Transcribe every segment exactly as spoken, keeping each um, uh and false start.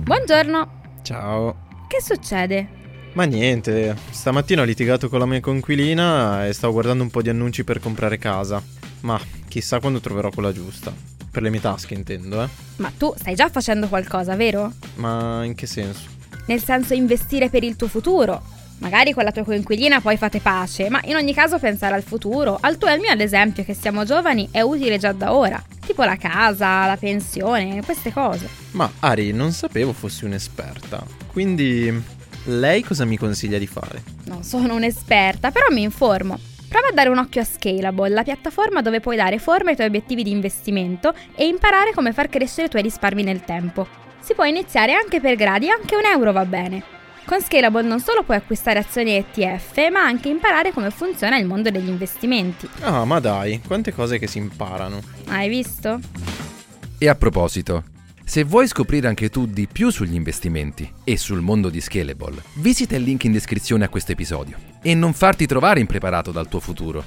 Buongiorno. Ciao. Che succede? Ma niente, stamattina ho litigato con la mia coinquilina e stavo guardando un po' di annunci per comprare casa. Ma chissà quando troverò quella giusta. Per le mie tasche intendo, eh. Ma tu stai già facendo qualcosa, vero? Ma in che senso? Nel senso investire per il tuo futuro. Magari con la tua coinquilina poi fate pace, ma in ogni caso pensare al futuro, al tuo e al mio ad esempio, che siamo giovani, è utile già da ora. Tipo la casa, la pensione, queste cose. Ma Ari, non sapevo fossi un'esperta. Quindi lei cosa mi consiglia di fare? Non sono un'esperta, però mi informo. Prova a dare un occhio a Scalable, la piattaforma dove puoi dare forma ai tuoi obiettivi di investimento e imparare come far crescere i tuoi risparmi nel tempo. Si può iniziare anche per gradi, anche un euro va bene. Con Scalable non solo puoi acquistare azioni E T F, ma anche imparare come funziona il mondo degli investimenti. Ah, ma dai, quante cose che si imparano. Hai visto? E a proposito, se vuoi scoprire anche tu di più sugli investimenti e sul mondo di Scalable, visita il link in descrizione a questo episodio e non farti trovare impreparato dal tuo futuro.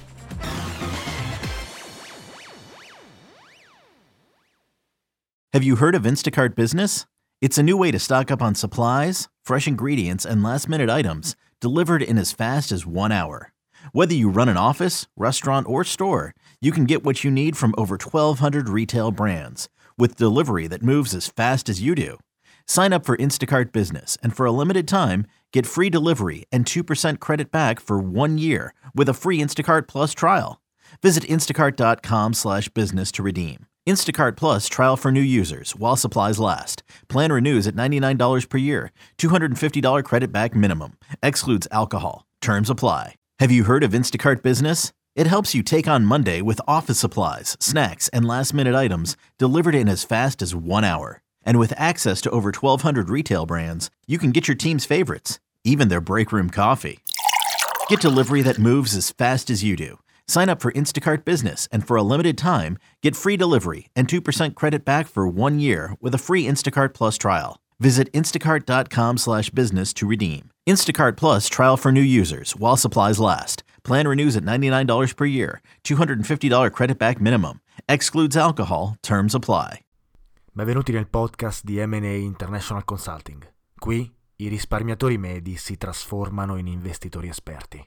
Have you heard of Instacart Business? It's a new way to stock up on supplies, fresh ingredients, and last-minute items delivered in as fast as one hour. Whether you run an office, restaurant, or store, you can get what you need from over twelve hundred retail brands with delivery that moves as fast as you do. Sign up for Instacart Business and for a limited time, get free delivery and two percent credit back for one year with a free Instacart Plus trial. Visit instacart.com slash business to redeem. Instacart Plus trial for new users while supplies last. Plan renews at ninety-nine dollars per year. two hundred fifty dollars credit back minimum. Excludes alcohol. Terms apply. Have you heard of Instacart Business? It helps you take on Monday with office supplies, snacks, and last-minute items delivered in as fast as one hour. And with access to over twelve hundred retail brands, you can get your team's favorites, even their break room coffee. Get delivery that moves as fast as you do. Sign up for Instacart Business and for a limited time, get free delivery and two percent credit back for one year with a free Instacart Plus trial. Visit instacart.com slash business to redeem. Instacart Plus trial for new users while supplies last. Plan renews at ninety-nine dollars per year. two hundred fifty dollars credit back minimum. Excludes alcohol. Terms apply. Benvenuti nel podcast di M and A International Consulting. Qui i risparmiatori medi si trasformano in investitori esperti.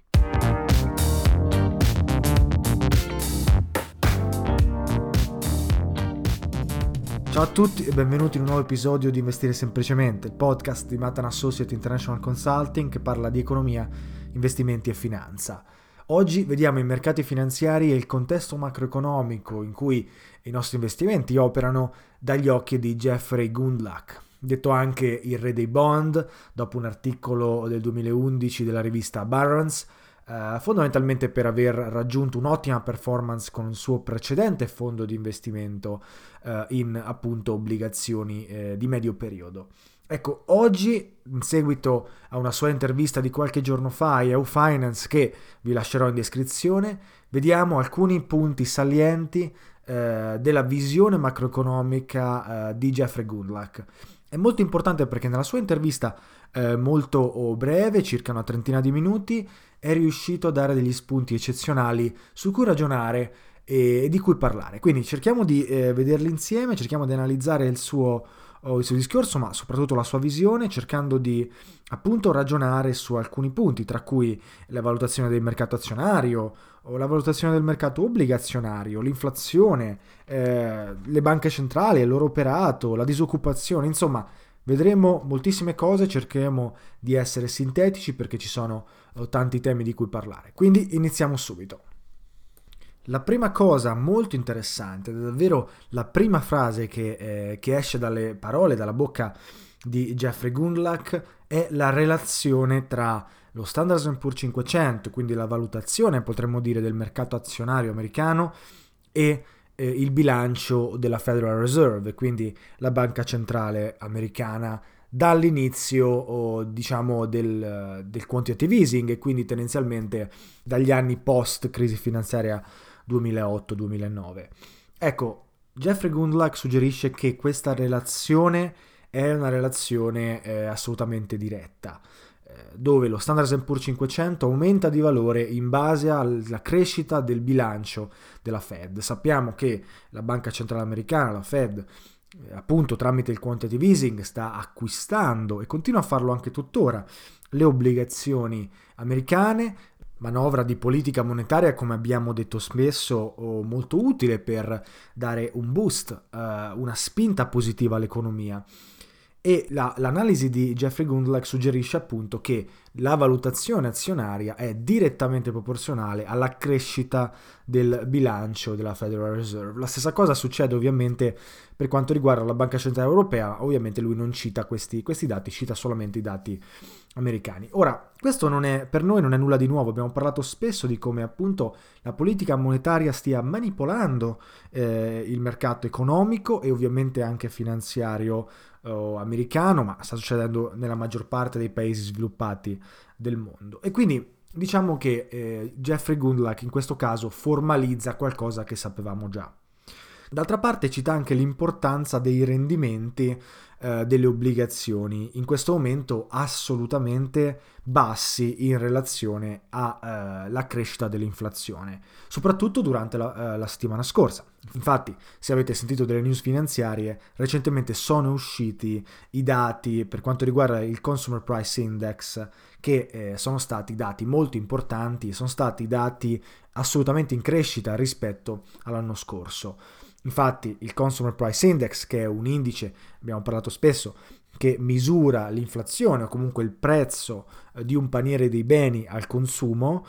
Ciao a tutti e benvenuti in un nuovo episodio di Investire Semplicemente, il podcast di Matan Associate International Consulting che parla di economia, investimenti e finanza. Oggi vediamo i mercati finanziari e il contesto macroeconomico in cui i nostri investimenti operano dagli occhi di Jeffrey Gundlach, detto anche il re dei bond, dopo un articolo del duemilaundici della rivista Barron's, Uh, fondamentalmente per aver raggiunto un'ottima performance con il suo precedente fondo di investimento uh, in appunto obbligazioni uh, di medio periodo. Ecco, oggi, in seguito a una sua intervista di qualche giorno fa a Yahoo Finance, che vi lascerò in descrizione, vediamo alcuni punti salienti uh, della visione macroeconomica uh, di Jeffrey Gundlach. È molto importante perché nella sua intervista eh, molto breve, circa una trentina di minuti, è riuscito a dare degli spunti eccezionali su cui ragionare e, e di cui parlare. Quindi cerchiamo di eh, vederli insieme, cerchiamo di analizzare il suo, oh, il suo discorso, ma soprattutto la sua visione, cercando di appunto ragionare su alcuni punti, tra cui la valutazione del mercato azionario o la valutazione del mercato obbligazionario, l'inflazione, eh, le banche centrali, il loro operato, la disoccupazione, insomma vedremo moltissime cose, cercheremo di essere sintetici perché ci sono eh, tanti temi di cui parlare. Quindi iniziamo subito. La prima cosa molto interessante, davvero la prima frase che, eh, che esce dalle parole, dalla bocca di Jeffrey Gundlach, è la relazione tra lo Standard and Poor's cinquecento, quindi la valutazione, potremmo dire, del mercato azionario americano, e eh, il bilancio della Federal Reserve, quindi la banca centrale americana, dall'inizio oh, diciamo del, del quantitative easing e quindi tendenzialmente dagli anni post crisi finanziaria duemilaotto duemilanove. Ecco, Jeffrey Gundlach suggerisce che questa relazione è una relazione eh, assolutamente diretta, eh, dove lo Standard and Poor's cinquecento aumenta di valore in base alla crescita del bilancio della Fed. Sappiamo che la Banca Centrale Americana, la Fed, eh, appunto tramite il quantitative easing sta acquistando e continua a farlo anche tuttora le obbligazioni americane, manovra di politica monetaria, come abbiamo detto spesso, molto utile per dare un boost, eh, una spinta positiva all'economia. E la, l'analisi di Jeffrey Gundlach suggerisce appunto che la valutazione azionaria è direttamente proporzionale alla crescita del bilancio della Federal Reserve. La stessa cosa succede ovviamente per quanto riguarda la Banca Centrale Europea. Ovviamente lui non cita questi, questi dati, cita solamente i dati americani. Ora, questo non è, per noi non è nulla di nuovo, abbiamo parlato spesso di come appunto la politica monetaria stia manipolando eh, il mercato economico e ovviamente anche finanziario eh, americano, ma sta succedendo nella maggior parte dei paesi sviluppati del mondo. E quindi diciamo che eh, Jeffrey Gundlach in questo caso formalizza qualcosa che sapevamo già. D'altra parte cita anche l'importanza dei rendimenti eh, delle obbligazioni, in questo momento assolutamente bassi in relazione alla eh, crescita dell'inflazione, soprattutto durante la, eh, la settimana scorsa. Infatti, se avete sentito delle news finanziarie, recentemente sono usciti i dati per quanto riguarda il Consumer Price Index, che eh, sono stati dati molto importanti, sono stati dati assolutamente in crescita rispetto all'anno scorso. Infatti il Consumer Price Index, che è un indice, abbiamo parlato spesso, che misura l'inflazione o comunque il prezzo di un paniere dei beni al consumo,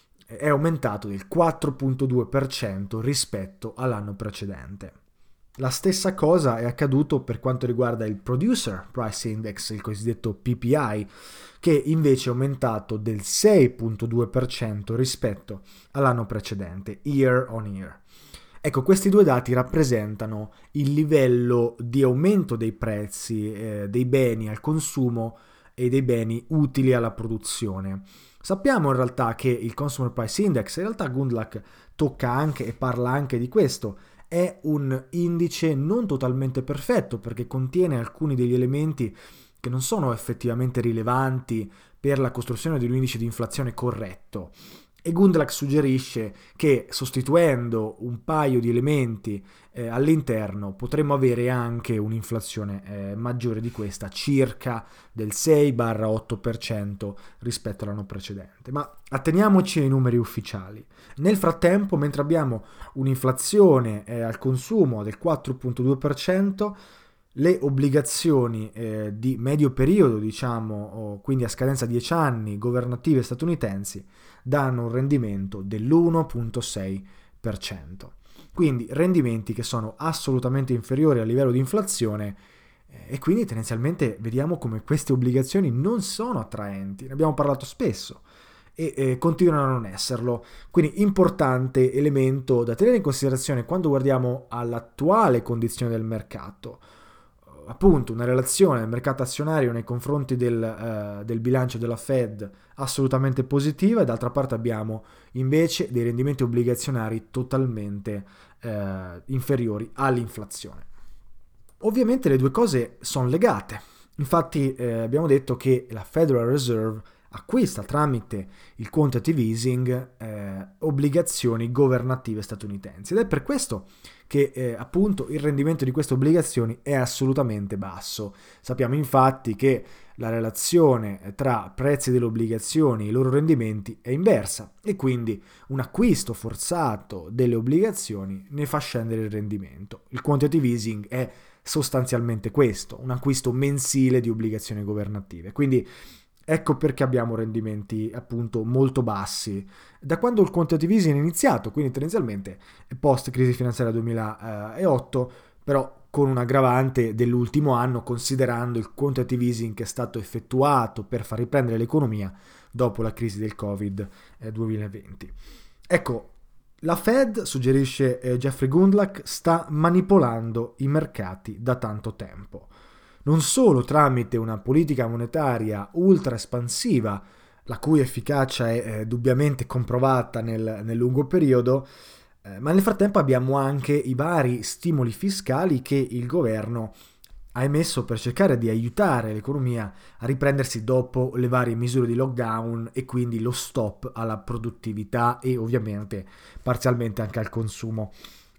è aumentato del quattro virgola due per cento rispetto all'anno precedente. La stessa cosa è accaduto per quanto riguarda il Producer Price Index, il cosiddetto P P I, che invece è aumentato del sei virgola due per cento rispetto all'anno precedente, year on year. Ecco, questi due dati rappresentano il livello di aumento dei prezzi eh, dei beni al consumo e dei beni utili alla produzione. Sappiamo in realtà che il Consumer Price Index, in realtà Gundlach tocca anche e parla anche di questo, è un indice non totalmente perfetto perché contiene alcuni degli elementi che non sono effettivamente rilevanti per la costruzione di un indice di inflazione corretto. E Gundlach suggerisce che sostituendo un paio di elementi eh, all'interno potremmo avere anche un'inflazione eh, maggiore di questa, circa del sei otto per cento rispetto all'anno precedente. Ma atteniamoci ai numeri ufficiali. Nel frattempo, mentre abbiamo un'inflazione eh, al consumo del quattro virgola due per cento, le obbligazioni eh, di medio periodo, diciamo, o quindi a scadenza dieci anni, governative statunitensi, danno un rendimento dell'uno virgola sei per cento. Quindi rendimenti che sono assolutamente inferiori al livello di inflazione eh, e quindi tendenzialmente vediamo come queste obbligazioni non sono attraenti, ne abbiamo parlato spesso e eh, continuano a non esserlo. Quindi importante elemento da tenere in considerazione quando guardiamo all'attuale condizione del mercato. Appunto una relazione del mercato azionario nei confronti del, uh, del bilancio della Fed assolutamente positiva e d'altra parte abbiamo invece dei rendimenti obbligazionari totalmente uh, inferiori all'inflazione. Ovviamente le due cose sono legate, infatti eh, abbiamo detto che la Federal Reserve acquista tramite il quantitative easing eh, obbligazioni governative statunitensi ed è per questo che eh, appunto il rendimento di queste obbligazioni è assolutamente basso. Sappiamo infatti che la relazione tra prezzi delle obbligazioni e i loro rendimenti è inversa e quindi un acquisto forzato delle obbligazioni ne fa scendere il rendimento. Il quantitative easing è sostanzialmente questo, un acquisto mensile di obbligazioni governative. Quindi ecco perché abbiamo rendimenti appunto molto bassi da quando il quantitative easing è iniziato, quindi tendenzialmente post crisi finanziaria duemilaotto, però con un aggravante dell'ultimo anno considerando il quantitative easing che è stato effettuato per far riprendere l'economia dopo la crisi del Covid duemilaventi. Ecco, la Fed, suggerisce eh, Jeffrey Gundlach, sta manipolando i mercati da tanto tempo. Non solo tramite una politica monetaria ultra espansiva, la cui efficacia è eh, dubbiamente comprovata nel, nel lungo periodo, eh, ma nel frattempo abbiamo anche i vari stimoli fiscali che il governo ha emesso per cercare di aiutare l'economia a riprendersi dopo le varie misure di lockdown e quindi lo stop alla produttività e ovviamente parzialmente anche al consumo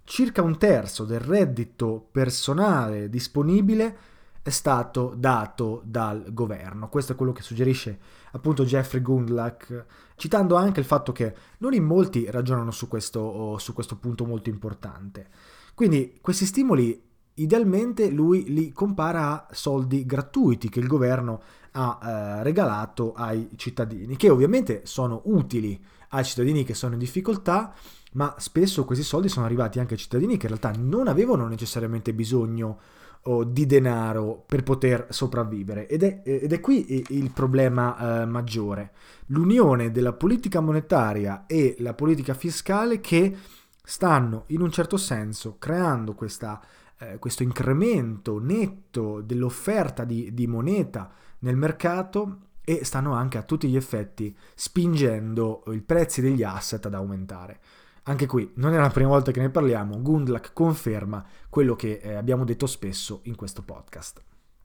circa un terzo del reddito personale disponibile è stato dato dal governo. Questo è quello che suggerisce appunto Jeffrey Gundlach, citando anche il fatto che non in molti ragionano su questo, su questo punto molto importante. Quindi questi stimoli idealmente lui li compara a soldi gratuiti che il governo ha eh, regalato ai cittadini, che ovviamente sono utili ai cittadini che sono in difficoltà, ma spesso questi soldi sono arrivati anche ai cittadini che in realtà non avevano necessariamente bisogno o di denaro per poter sopravvivere, ed è, ed è qui il problema eh, maggiore, l'unione della politica monetaria e la politica fiscale che stanno in un certo senso creando questa, eh, questo incremento netto dell'offerta di, di moneta nel mercato, e stanno anche a tutti gli effetti spingendo i prezzi degli asset ad aumentare. Anche qui non è la prima volta che ne parliamo, Gundlach conferma quello che eh, abbiamo detto spesso in questo podcast.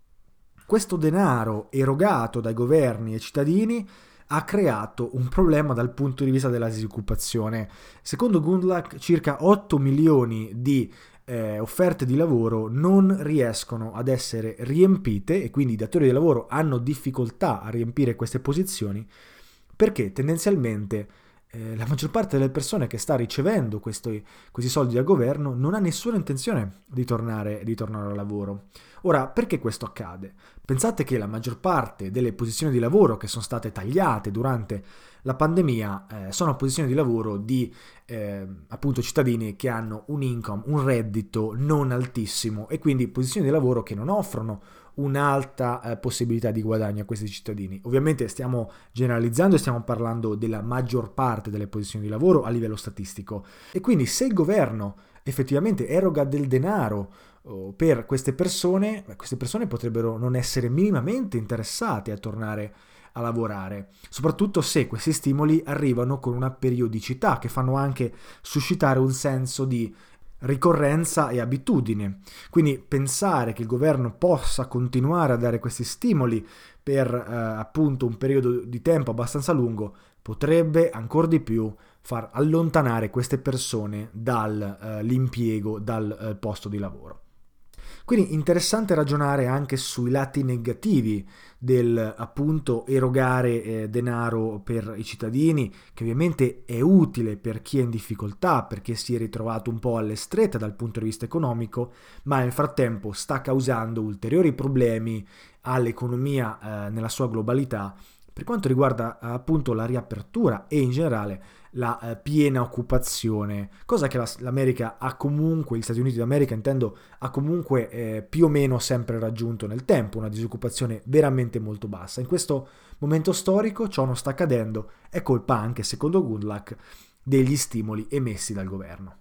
Questo denaro erogato dai governi e cittadini ha creato un problema dal punto di vista della disoccupazione. Secondo Gundlach, circa otto milioni di eh, offerte di lavoro non riescono ad essere riempite, e quindi i datori di lavoro hanno difficoltà a riempire queste posizioni perché tendenzialmente Eh, la maggior parte delle persone che sta ricevendo questi, questi soldi dal governo non ha nessuna intenzione di tornare, di tornare al lavoro. Ora, perché questo accade? Pensate che la maggior parte delle posizioni di lavoro che sono state tagliate durante la pandemia eh, sono posizioni di lavoro di eh, appunto cittadini che hanno un income, un reddito non altissimo, e quindi posizioni di lavoro che non offrono un'alta eh, possibilità di guadagno a questi cittadini. Ovviamente stiamo generalizzando e stiamo parlando della maggior parte delle posizioni di lavoro a livello statistico, e quindi se il governo effettivamente eroga del denaro oh, per queste persone, queste persone potrebbero non essere minimamente interessate a tornare a lavorare, soprattutto se questi stimoli arrivano con una periodicità che fanno anche suscitare un senso di ricorrenza e abitudine. Quindi pensare che il governo possa continuare a dare questi stimoli per eh, appunto un periodo di tempo abbastanza lungo potrebbe ancora di più far allontanare queste persone dall'impiego, eh, dal eh, posto di lavoro. Quindi interessante ragionare anche sui lati negativi del appunto erogare eh, denaro per i cittadini, che ovviamente è utile per chi è in difficoltà, perché si è ritrovato un po' alle strette dal punto di vista economico, ma nel frattempo sta causando ulteriori problemi all'economia eh, nella sua globalità per quanto riguarda appunto la riapertura e in generale la eh, piena occupazione, cosa che la, l'America ha comunque, gli Stati Uniti d'America intendo, ha comunque eh, più o meno sempre raggiunto nel tempo, una disoccupazione veramente molto bassa. In questo momento storico ciò non sta accadendo, è colpa anche, secondo Gundlach, degli stimoli emessi dal governo.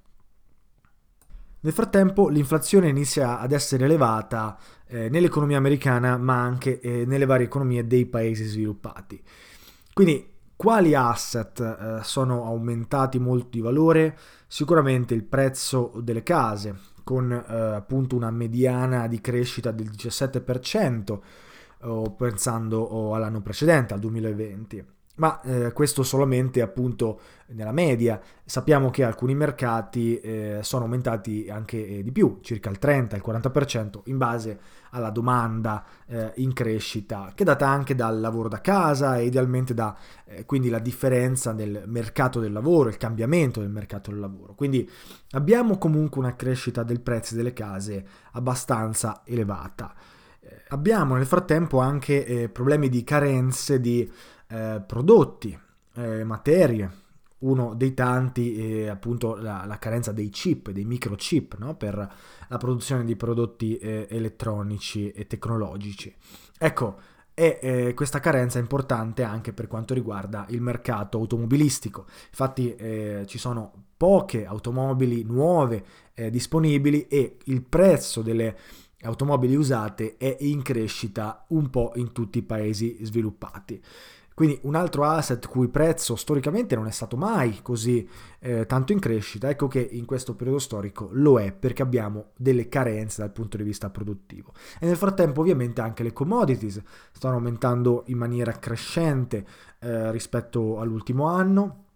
Nel frattempo l'inflazione inizia ad essere elevata eh, nell'economia americana, ma anche eh, nelle varie economie dei paesi sviluppati. Quindi quali asset eh, sono aumentati molto di valore? Sicuramente il prezzo delle case, con eh, appunto una mediana di crescita del diciassette per cento, oh, pensando oh, all'anno precedente, al duemilaventi. Ma eh, questo solamente appunto nella media. Sappiamo che alcuni mercati eh, sono aumentati anche eh, di più, circa il trenta, il quaranta per cento, in base alla domanda eh, in crescita, che è data anche dal lavoro da casa e idealmente da eh, quindi la differenza nel mercato del lavoro, il cambiamento del mercato del lavoro. Quindi abbiamo comunque una crescita del prezzo delle case abbastanza elevata. Eh, abbiamo nel frattempo anche eh, problemi di carenze di Eh, prodotti, eh, materie, uno dei tanti è appunto la, la carenza dei chip, dei microchip, no? Per la produzione di prodotti eh, elettronici e tecnologici. Ecco, e eh, questa carenza è importante anche per quanto riguarda il mercato automobilistico. Infatti eh, ci sono poche automobili nuove eh, disponibili e il prezzo delle automobili usate è in crescita un po' in tutti i paesi sviluppati. Quindi un altro asset cui prezzo storicamente non è stato mai così eh, tanto in crescita, ecco che in questo periodo storico lo è, perché abbiamo delle carenze dal punto di vista produttivo. E nel frattempo ovviamente anche le commodities stanno aumentando in maniera crescente eh, rispetto all'ultimo anno.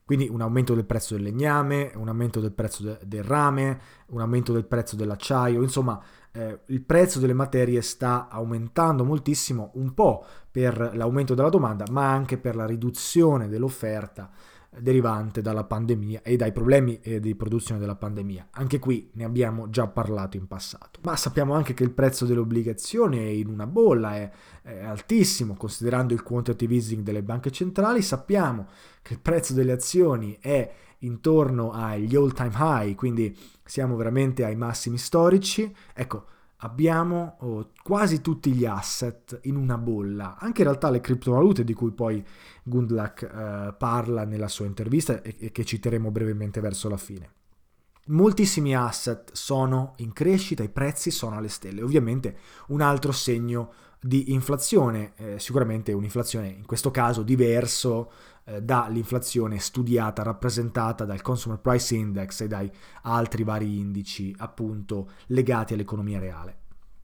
Quindi un aumento del prezzo del legname, un aumento del prezzo de- del rame, un aumento del prezzo dell'acciaio, insomma eh, il prezzo delle materie sta aumentando moltissimo, un po' per l'aumento della domanda, ma anche per la riduzione dell'offerta derivante dalla pandemia e dai problemi di produzione della pandemia. Anche qui ne abbiamo già parlato in passato. Ma sappiamo anche che il prezzo delle obbligazioni è in una bolla, è, è altissimo, considerando il quantitative easing delle banche centrali. Sappiamo che il prezzo delle azioni è intorno agli all time high, quindi siamo veramente ai massimi storici. Ecco, abbiamo oh, quasi tutti gli asset in una bolla, anche in realtà le criptovalute di cui poi Gundlach eh, parla nella sua intervista e, e che citeremo brevemente verso la fine. Moltissimi asset sono in crescita, i prezzi sono alle stelle, ovviamente un altro segno di inflazione, eh, sicuramente un'inflazione in questo caso diverso eh, dall'inflazione studiata, rappresentata dal Consumer Price Index e dai altri vari indici appunto legati all'economia reale.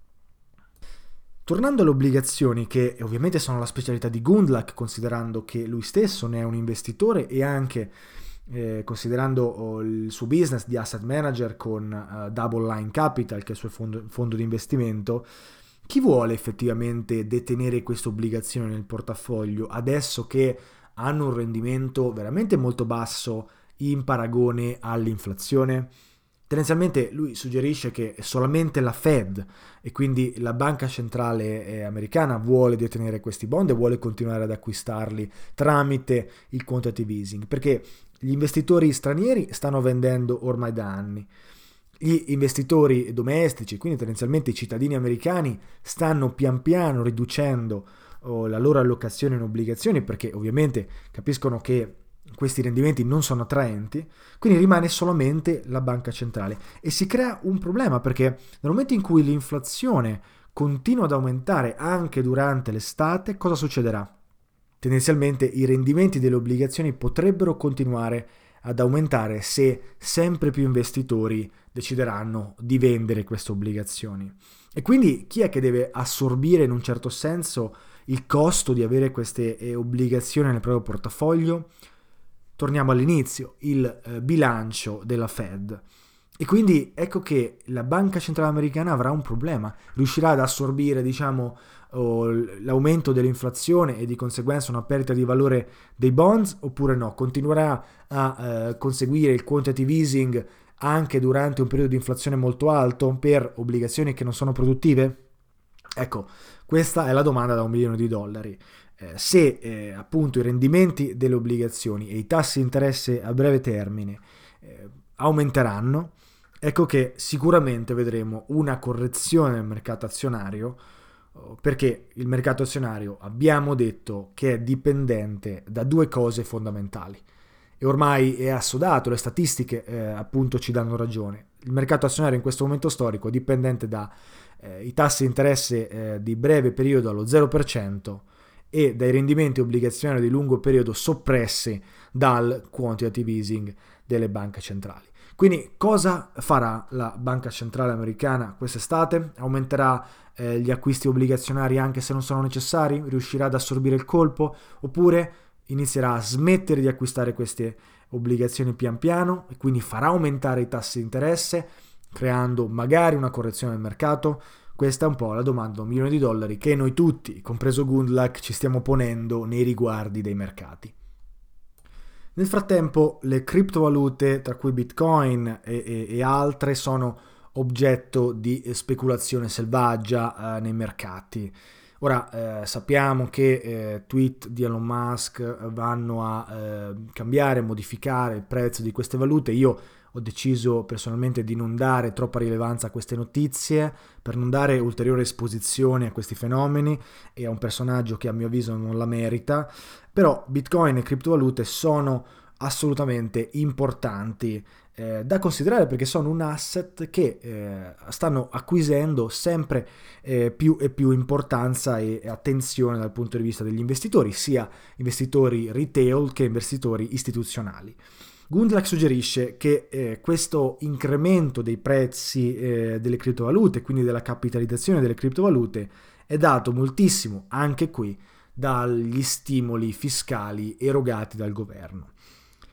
Tornando alle obbligazioni, che ovviamente sono la specialità di Gundlach, considerando che lui stesso ne è un investitore e anche eh, considerando oh, il suo business di asset manager con uh, Double Line Capital, che è il suo fondo, fondo di investimento, chi vuole effettivamente detenere queste obbligazioni nel portafoglio adesso che hanno un rendimento veramente molto basso in paragone all'inflazione? Tendenzialmente lui suggerisce che solamente la Fed e quindi la banca centrale americana vuole detenere questi bond e vuole continuare ad acquistarli tramite il quantitative easing, perché gli investitori stranieri stanno vendendo ormai da anni. Gli investitori domestici, quindi tendenzialmente i cittadini americani, stanno pian piano riducendo oh, la loro allocazione in obbligazioni perché ovviamente capiscono che questi rendimenti non sono attraenti, quindi rimane solamente la banca centrale e si crea un problema perché nel momento in cui l'inflazione continua ad aumentare anche durante l'estate, cosa succederà? Tendenzialmente i rendimenti delle obbligazioni potrebbero continuare ad aumentare se sempre più investitori decideranno di vendere queste obbligazioni. E quindi chi è che deve assorbire in un certo senso il costo di avere queste obbligazioni nel proprio portafoglio? Torniamo all'inizio, il eh, bilancio della Fed. E quindi ecco che la Banca Centrale Americana avrà un problema, riuscirà ad assorbire, diciamo, oh, l'aumento dell'inflazione e di conseguenza una perdita di valore dei bonds oppure no? Continuerà a eh, conseguire il quantitative easing anche durante un periodo di inflazione molto alto per obbligazioni che non sono produttive? Ecco, questa è la domanda da un milione di dollari. Eh, se eh, appunto i rendimenti delle obbligazioni e i tassi di interesse a breve termine eh, aumenteranno, ecco che sicuramente vedremo una correzione del mercato azionario, perché il mercato azionario abbiamo detto che è dipendente da due cose fondamentali e ormai è assodato, le statistiche eh, appunto ci danno ragione. Il mercato azionario in questo momento storico è dipendente dai eh, tassi di interesse eh, di breve periodo allo zero per cento e dai rendimenti obbligazionari di lungo periodo soppressi dal quantitative easing delle banche centrali. Quindi cosa farà la banca centrale americana quest'estate? Aumenterà eh, gli acquisti obbligazionari anche se non sono necessari? Riuscirà ad assorbire il colpo? Oppure inizierà a smettere di acquistare queste obbligazioni pian piano e quindi farà aumentare i tassi di interesse, creando magari una correzione del mercato? Questa è un po' la domanda da un milione di dollari che noi tutti, compreso Gundlach, ci stiamo ponendo nei riguardi dei mercati. Nel frattempo le criptovalute, tra cui Bitcoin e, e, e altre, sono oggetto di speculazione selvaggia eh, nei mercati. Ora eh, sappiamo che eh, tweet di Elon Musk vanno a eh, cambiare, modificare il prezzo di queste valute. Io ho deciso personalmente di non dare troppa rilevanza a queste notizie per non dare ulteriore esposizione a questi fenomeni e a un personaggio che a mio avviso non la merita, però Bitcoin e criptovalute sono assolutamente importanti eh, da considerare perché sono un asset che eh, stanno acquisendo sempre eh, più e più importanza e attenzione dal punto di vista degli investitori, sia investitori retail che investitori istituzionali. Gundlach suggerisce che eh, questo incremento dei prezzi eh, delle criptovalute, quindi della capitalizzazione delle criptovalute, è dato moltissimo anche qui dagli stimoli fiscali erogati dal governo.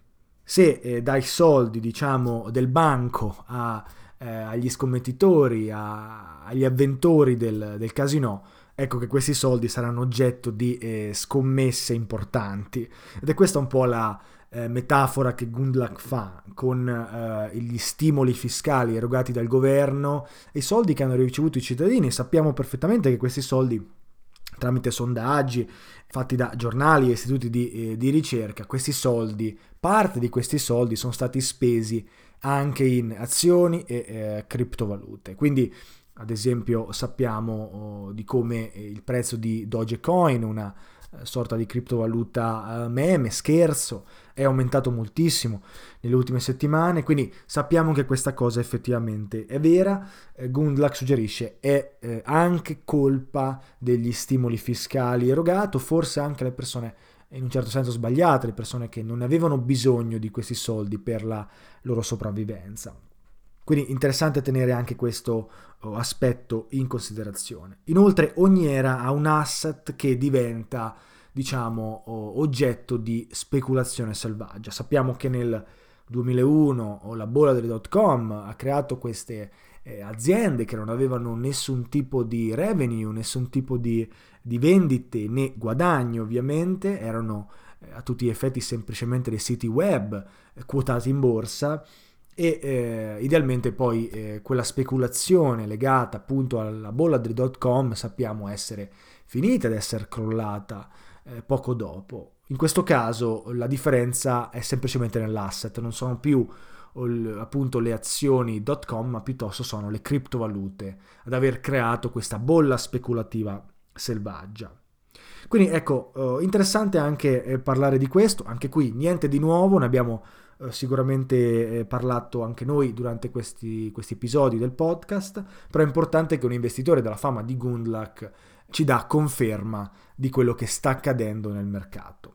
Se eh, dai soldi, diciamo, del banco a, eh, agli scommettitori, a, agli avventori del, del casinò, ecco che questi soldi saranno oggetto di eh, scommesse importanti. Ed è questa un po' la eh, metafora che Gundlach fa con eh, gli stimoli fiscali erogati dal governo e i soldi che hanno ricevuto i cittadini. Sappiamo perfettamente che questi soldi, tramite sondaggi fatti da giornali e istituti di, eh, di ricerca, questi soldi, parte di questi soldi sono stati spesi anche in azioni e eh, criptovalute. Quindi, ad esempio, sappiamo oh, di come il prezzo di Dogecoin, una eh, sorta di criptovaluta eh, meme, scherzo, è aumentato moltissimo nelle ultime settimane, quindi sappiamo che questa cosa effettivamente è vera. eh, Gundlach suggerisce è eh, anche colpa degli stimoli fiscali erogati, forse anche le persone in un certo senso sbagliate, le persone che non avevano bisogno di questi soldi per la loro sopravvivenza. Quindi interessante tenere anche questo oh, aspetto in considerazione. Inoltre ogni era ha un asset che diventa, diciamo, oh, oggetto di speculazione selvaggia. Sappiamo che nel duemilauno oh, la bolla delle dot com ha creato queste eh, aziende che non avevano nessun tipo di revenue, nessun tipo di, di vendite né guadagno, ovviamente, erano eh, a tutti gli effetti semplicemente dei siti web eh, quotati in borsa. E eh, idealmente poi eh, quella speculazione legata appunto alla bolla delle dot com sappiamo essere finita ed essere crollata eh, poco dopo. In questo caso la differenza è semplicemente nell'asset, non sono più appunto le azioni dot com, ma piuttosto sono le criptovalute ad aver creato questa bolla speculativa selvaggia. Quindi ecco, eh, interessante anche eh, parlare di questo. Anche qui niente di nuovo, ne abbiamo eh, sicuramente eh, parlato anche noi durante questi, questi episodi del podcast, però è importante che un investitore della fama di Gundlach ci dà conferma di quello che sta accadendo nel mercato.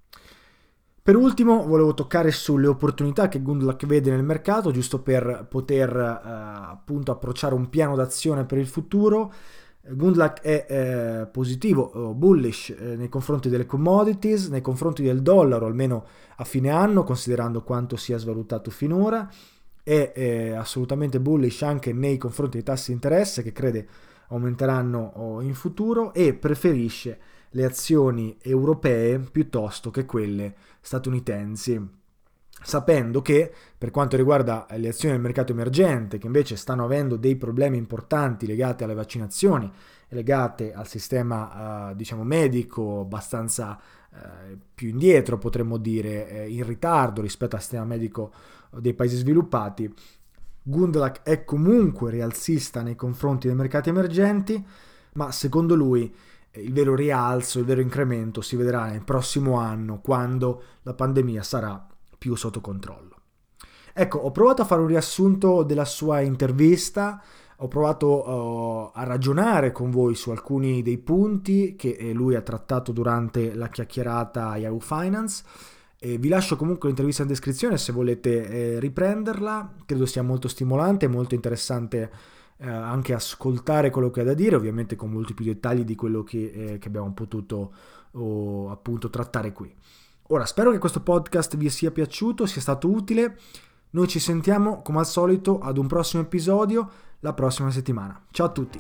Per ultimo volevo toccare sulle opportunità che Gundlach vede nel mercato, giusto per poter eh, appunto approcciare un piano d'azione per il futuro. Gundlach è eh, positivo, bullish eh, nei confronti delle commodities, nei confronti del dollaro, almeno a fine anno, considerando quanto sia svalutato finora. È eh, assolutamente bullish anche nei confronti dei tassi di interesse, che crede aumenteranno in futuro, e preferisce le azioni europee piuttosto che quelle statunitensi, sapendo che per quanto riguarda le azioni del mercato emergente, che invece stanno avendo dei problemi importanti legati alle vaccinazioni e legate al sistema eh, diciamo medico abbastanza eh, più indietro, potremmo dire eh, in ritardo rispetto al sistema medico dei paesi sviluppati, Gundlach è comunque rialzista nei confronti dei mercati emergenti, ma secondo lui il vero rialzo, il vero incremento si vedrà nel prossimo anno, quando la pandemia sarà più sotto controllo. Ecco, ho provato a fare un riassunto della sua intervista, ho provato uh, a ragionare con voi su alcuni dei punti che lui ha trattato durante la chiacchierata a Yahoo Finance. E vi lascio comunque l'intervista in descrizione se volete eh, riprenderla. Credo sia molto stimolante e molto interessante eh, anche ascoltare quello che ha da dire, ovviamente con molti più dettagli di quello che, eh, che abbiamo potuto oh, appunto trattare qui. Ora, spero che questo podcast vi sia piaciuto, sia stato utile. Noi ci sentiamo come al solito ad un prossimo episodio la prossima settimana. Ciao a tutti!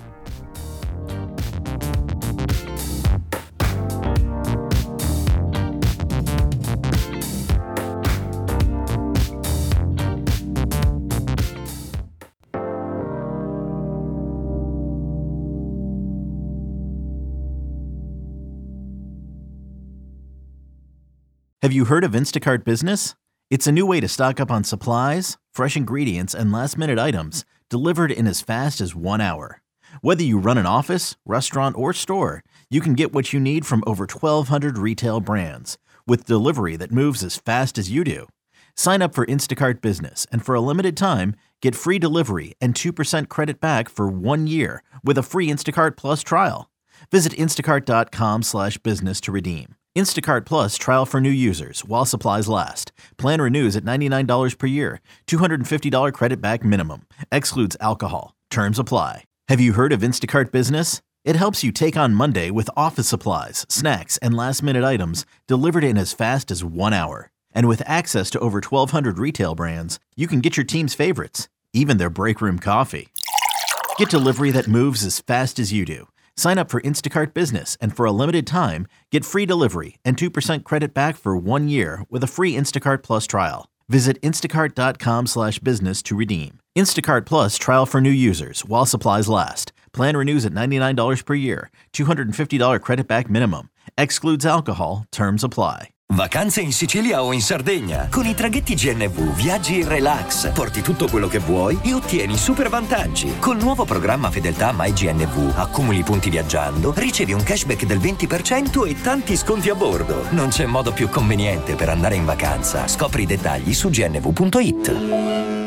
Have you heard of Instacart Business? It's a new way to stock up on supplies, fresh ingredients, and last-minute items delivered in as fast as one hour. Whether you run an office, restaurant, or store, you can get what you need from over twelve hundred retail brands with delivery that moves as fast as you do. Sign up for Instacart Business, and for a limited time, get free delivery and two percent credit back for one year with a free Instacart Plus trial. Visit instacart.com slash business to redeem. Instacart Plus trial for new users while supplies last. Plan renews at ninety-nine dollars per year. two hundred fifty dollars credit back minimum. Excludes alcohol. Terms apply. Have you heard of Instacart Business? It helps you take on Monday with office supplies, snacks, and last-minute items delivered in as fast as one hour. And with access to over twelve hundred retail brands, you can get your team's favorites, even their break room coffee. Get delivery that moves as fast as you do. Sign up for Instacart Business, and for a limited time, get free delivery and two percent credit back for one year with a free Instacart Plus trial. Visit instacart.com slash business to redeem. Instacart Plus trial for new users while supplies last. Plan renews at ninety-nine dollars per year. two hundred fifty dollars credit back minimum. Excludes alcohol. Terms apply. Vacanze in Sicilia o in Sardegna. Con i traghetti G N V viaggi in relax, porti tutto quello che vuoi e ottieni super vantaggi. Col nuovo programma Fedeltà MyGNV accumuli punti viaggiando, ricevi un cashback del venti per cento e tanti sconti a bordo. Non c'è modo più conveniente per andare in vacanza. Scopri i dettagli su gnv punto it.